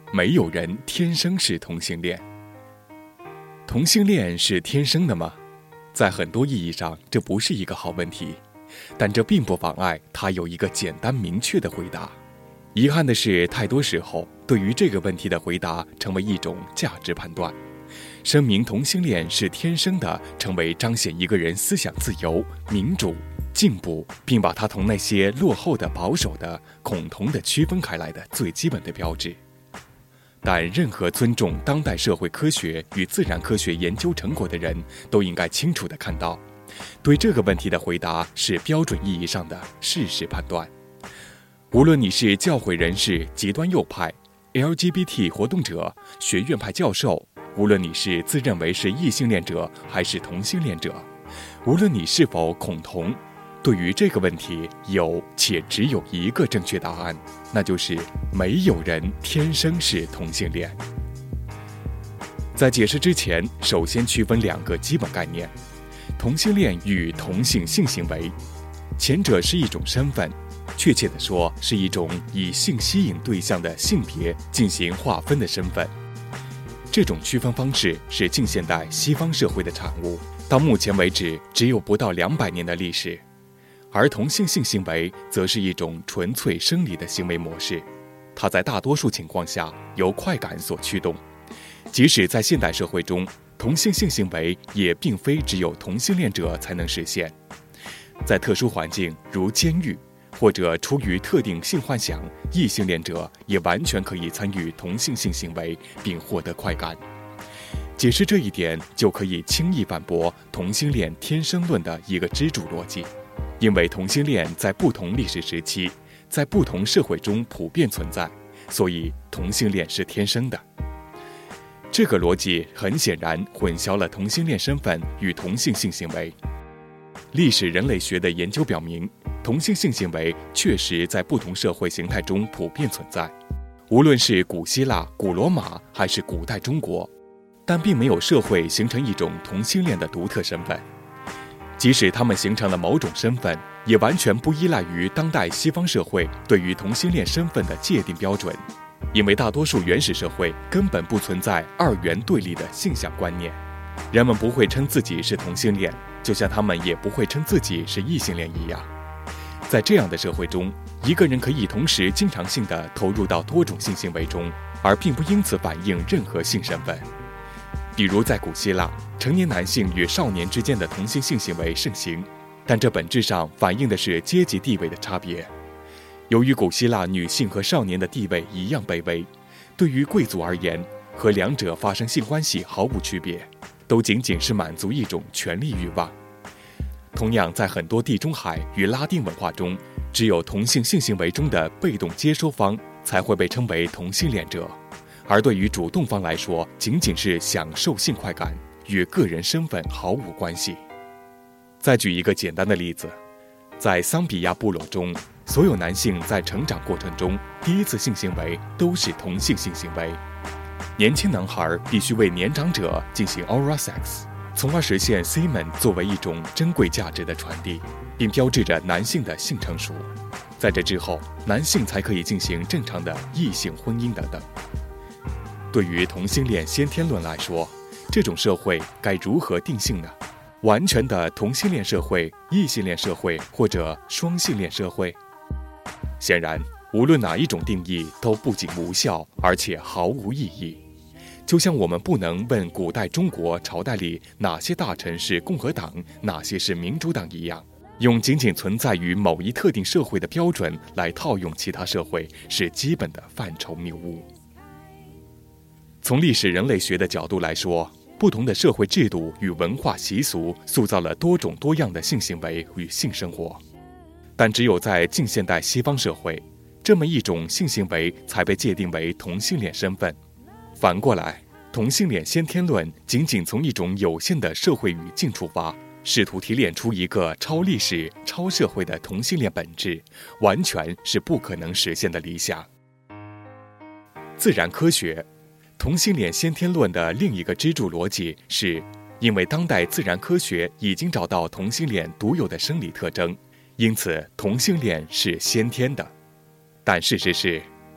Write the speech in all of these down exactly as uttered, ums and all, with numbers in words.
没有人天生是同性恋。同性恋是天生的吗？在很多意义上，这不是一个好问题，但这并不妨碍它有一个简单明确的回答。遗憾的是，太多时候，对于这个问题的回答成为一种价值判断，声明同性恋是天生的，成为彰显一个人思想自由、民主、进步，并把它同那些落后的、保守的、恐同的区分开来的最基本的标志。但任何尊重当代社会科学与自然科学研究成果的人都应该清楚地看到，对这个问题的回答是标准意义上的事实判断。无论你是教会人士、极端右派、L G B T 活动者、学院派教授，无论你是自认为是异性恋者还是同性恋者，无论你是否恐同，对于这个问题有且只有一个正确答案，那就是没有人天生是同性恋。在解释之前，首先区分两个基本概念：同性恋与同性性行为。前者是一种身份，确切地说是一种以性吸引对象的性别进行划分的身份。这种区分方式是近现代西方社会的产物，到目前为止只有不到两百年的历史。而同性性行为则是一种纯粹生理的行为模式，它在大多数情况下由快感所驱动。即使在现代社会中，同性性行为也并非只有同性恋者才能实现。在特殊环境如监狱，或者出于特定性幻想，异性恋者也完全可以参与同性性行为并获得快感。解释这一点，就可以轻易反驳同性恋天生论的一个支柱逻辑。因为同性恋在不同历史时期，在不同社会中普遍存在，所以同性恋是天生的。这个逻辑很显然混淆了同性恋身份与同性性行为。历史人类学的研究表明，同性性行为确实在不同社会形态中普遍存在，无论是古希腊、古罗马还是古代中国，但并没有社会形成一种同性恋的独特身份。即使他们形成了某种身份，也完全不依赖于当代西方社会对于同性恋身份的界定标准，因为大多数原始社会根本不存在二元对立的性向观念，人们不会称自己是同性恋，就像他们也不会称自己是异性恋一样。在这样的社会中，一个人可以同时经常性地投入到多种性行为中，而并不因此反映任何性身份。比如在古希腊，成年男性与少年之间的同性性行为盛行，但这本质上反映的是阶级地位的差别。由于古希腊女性和少年的地位一样卑微，对于贵族而言，和两者发生性关系毫无区别，都仅仅是满足一种权力欲望。同样，在很多地中海与拉丁文化中，只有同性性行为中的被动接收方才会被称为同性恋者，而对于主动方来说，仅仅是享受性快感，与个人身份毫无关系。再举一个简单的例子，在桑比亚部落中，所有男性在成长过程中第一次性行为都是同性性行为。年轻男孩必须为年长者进行 oral sex， 从而实现 semen 作为一种珍贵价值的传递，并标志着男性的性成熟。在这之后，男性才可以进行正常的异性婚姻等等。对于同性恋先天论来说，这种社会该如何定性呢？完全的同性恋社会、异性恋社会或者双性恋社会？显然，无论哪一种定义都不仅无效，而且毫无意义。就像我们不能问古代中国朝代里哪些大臣是共和党，哪些是民主党一样，用仅仅存在于某一特定社会的标准来套用其他社会，是基本的范畴谬误。从历史人类学的角度来说，不同的社会制度与文化习俗塑造了多种多样的性行为与性生活，但只有在近现代西方社会，这么一种性行为才被界定为同性恋身份。反过来，同性恋先天论仅仅从一种有限的社会语境出发，试图提炼出一个超历史、超社会的同性恋本质，完全是不可能实现的理想。自然科学，同性恋先天论的另一个支柱逻辑是，因为当代自然科学已经找到同性恋独有的生理特征，因此同性恋是先天的。但事实是，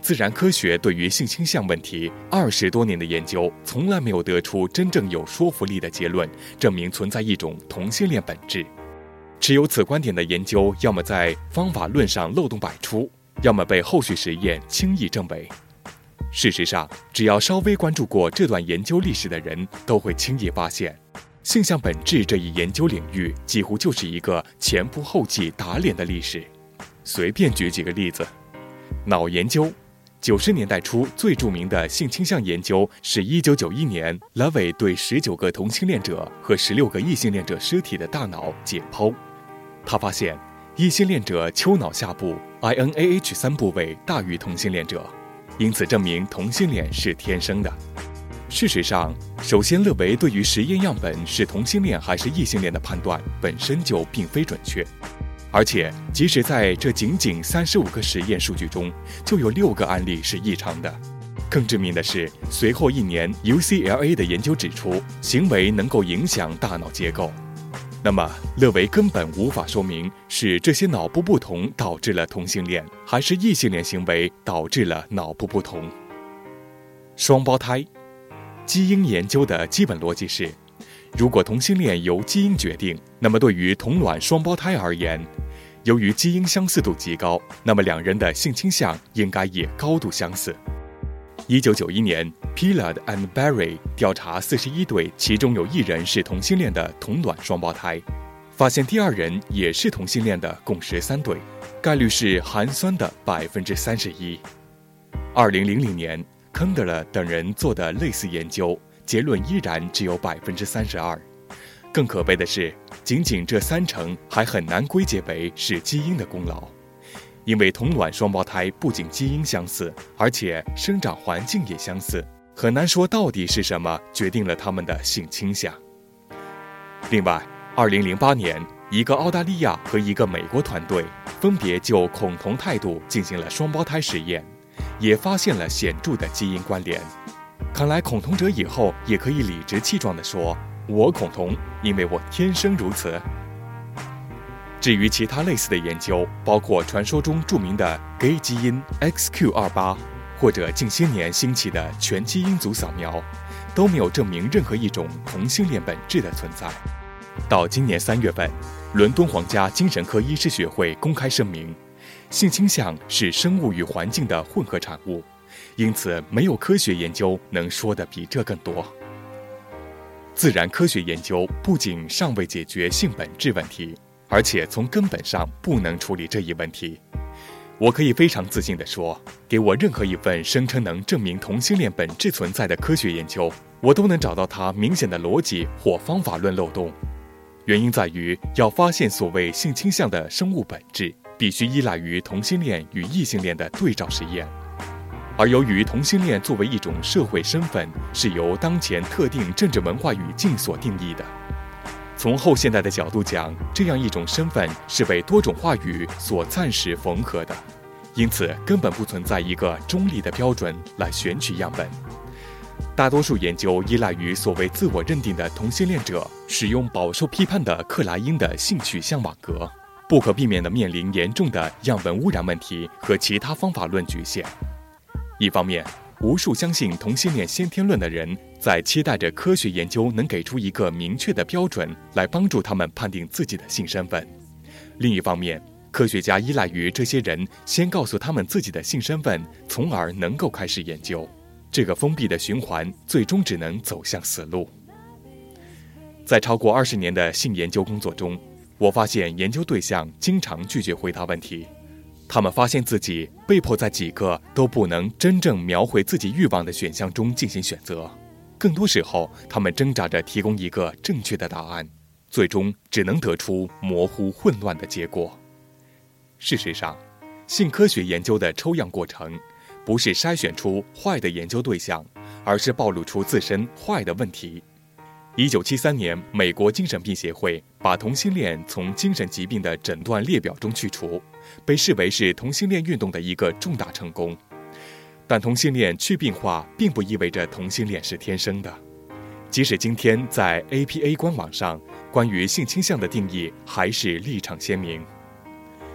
自然科学对于性倾向问题二十多年的研究，从来没有得出真正有说服力的结论，证明存在一种同性恋本质。持有此观点的研究，要么在方法论上漏洞百出，要么被后续实验轻易证伪。事实上，只要稍微关注过这段研究历史的人，都会轻易发现，性向本质这一研究领域几乎就是一个前仆后继打脸的历史。随便举几个例子，脑研究。九十年代初最著名的性倾向研究是一九九一年 Lovey 对十九个同性恋者和十六个异性恋者尸体的大脑解剖。他发现异性恋者丘脑下部 I N A H 三部位大于同性恋者，因此证明同性恋是天生的。事实上，首先勒维对于实验样本是同性恋还是异性恋的判断本身就并非准确。而且，即使在这仅仅三十五个实验数据中，就有六个案例是异常的。更致命的是，随后一年 U C L A 的研究指出，行为能够影响大脑结构。那么，勒维根本无法说明是这些脑部不同导致了同性恋，还是异性恋行为导致了脑部不同。双胞胎，基因研究的基本逻辑是，如果同性恋由基因决定，那么对于同卵双胞胎而言，由于基因相似度极高，那么两人的性倾向应该也高度相似。一九九一年 Pillard and Barry 调查四十一对其中有一人是同性恋的同卵双胞胎，发现第二人也是同性恋的共十三对，概率是含酸的 百分之三十一。二零零零年 Kundler 等人做的类似研究，结论依然只有 百分之三十二。更可悲的是，仅仅这三成还很难归结为是基因的功劳，因为同卵双胞胎不仅基因相似，而且生长环境也相似，很难说到底是什么决定了他们的性倾向。另外，二零零八年，一个澳大利亚和一个美国团队分别就恐同态度进行了双胞胎实验，也发现了显著的基因关联。看来恐同者以后也可以理直气壮地说，我恐同，因为我天生如此。至于其他类似的研究，包括传说中著名的 gay 基因 X Q 二十八， 或者近些年兴起的全基因组扫描，都没有证明任何一种同性恋本质的存在。到今年三月份，伦敦皇家精神科医师学会公开声明，性倾向是生物与环境的混合产物，因此没有科学研究能说的比这更多。自然科学研究不仅尚未解决性本质问题，而且从根本上不能处理这一问题。我可以非常自信地说，给我任何一份声称能证明同性恋本质存在的科学研究，我都能找到它明显的逻辑或方法论漏洞。原因在于，要发现所谓性倾向的生物本质，必须依赖于同性恋与异性恋的对照实验。而由于同性恋作为一种社会身份，是由当前特定政治文化语境所定义的。从后现代的角度讲，这样一种身份是被多种话语所暂时缝合的，因此根本不存在一个中立的标准来选取样本。大多数研究依赖于所谓自我认定的同性恋者使用饱受批判的克莱因的性取向网格，不可避免地面临严重的样本污染问题和其他方法论局限。一方面，无数相信同性恋先天论的人在期待着科学研究能给出一个明确的标准来帮助他们判定自己的性身份；另一方面，科学家依赖于这些人先告诉他们自己的性身份，从而能够开始研究。这个封闭的循环最终只能走向死路。在超过二十年的性研究工作中，我发现研究对象经常拒绝回答问题。他们发现自己被迫在几个都不能真正描绘自己欲望的选项中进行选择，更多时候，他们挣扎着提供一个正确的答案，最终只能得出模糊混乱的结果。事实上，性科学研究的抽样过程不是筛选出坏的研究对象，而是暴露出自身坏的问题。一九七三年，美国精神病协会把同性恋从精神疾病的诊断列表中去除，被视为是同性恋运动的一个重大成功。但同性恋去病化并不意味着同性恋是天生的，即使今天在 A P A 官网上关于性倾向的定义还是立场鲜明。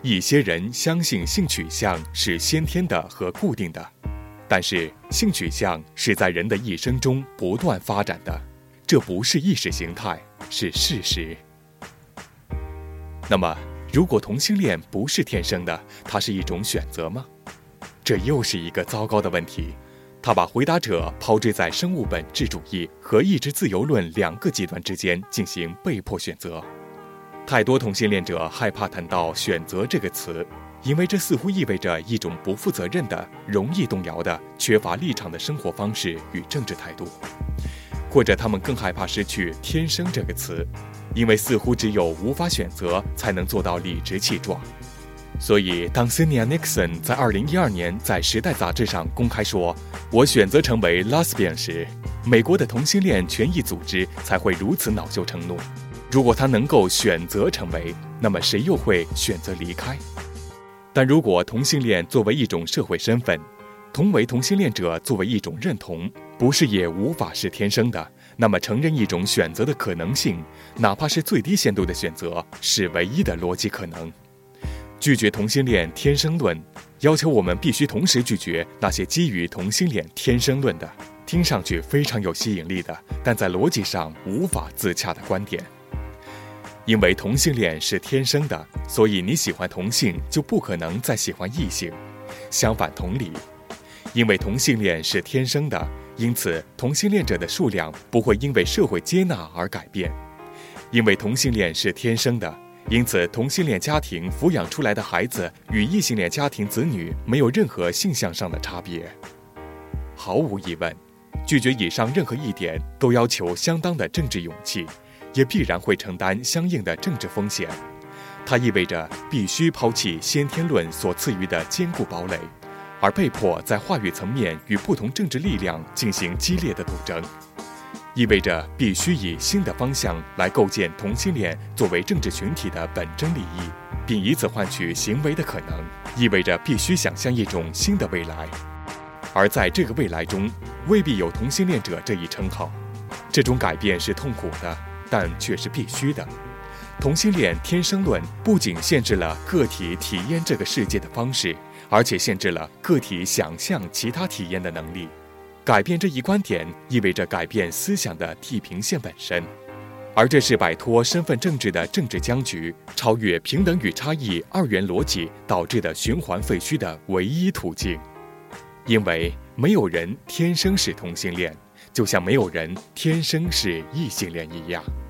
一些人相信性取向是先天的和固定的，但是性取向是在人的一生中不断发展的，这不是意识形态，是事实。那么，如果同性恋不是天生的，它是一种选择吗？这又是一个糟糕的问题。他把回答者抛掷在生物本质主义和意志自由论两个极端之间进行被迫选择。太多同性恋者害怕谈到选择这个词，因为这似乎意味着一种不负责任的、容易动摇的、缺乏立场的生活方式与政治态度。或者他们更害怕失去天生这个词，因为似乎只有无法选择才能做到理直气壮。所以当 Cynthia Nixon 在二零一二年在《时代》杂志上公开说我选择成为 lesbian 时，美国的同性恋权益组织才会如此恼羞成怒。如果他能够选择成为，那么谁又会选择离开？但如果同性恋作为一种社会身份，同为同性恋者作为一种认同，不是也无法是天生的，那么承认一种选择的可能性，哪怕是最低限度的选择，是唯一的逻辑可能。拒绝同性恋天生论，要求我们必须同时拒绝那些基于同性恋天生论的，听上去非常有吸引力的，但在逻辑上无法自洽的观点。因为同性恋是天生的，所以你喜欢同性就不可能再喜欢异性。相反同理，因为同性恋是天生的，因此同性恋者的数量不会因为社会接纳而改变。因为同性恋是天生的，因此同性恋家庭抚养出来的孩子与异性恋家庭子女没有任何性向上的差别。毫无疑问，拒绝以上任何一点都要求相当的政治勇气，也必然会承担相应的政治风险。它意味着必须抛弃先天论所赐予的坚固堡垒，而被迫在话语层面与不同政治力量进行激烈的斗争。意味着必须以新的方向来构建同性恋作为政治群体的本真利益，并以此换取行为的可能。意味着必须想象一种新的未来，而在这个未来中未必有同性恋者这一称号。这种改变是痛苦的，但却是必须的。同性恋天生论不仅限制了个体体验这个世界的方式，而且限制了个体想象其他体验的能力。改变这一观点意味着改变思想的地平线本身，而这是摆脱身份政治的政治僵局，超越平等与差异二元逻辑导致的循环废墟的唯一途径。因为没有人天生是同性恋，就像没有人天生是异性恋一样。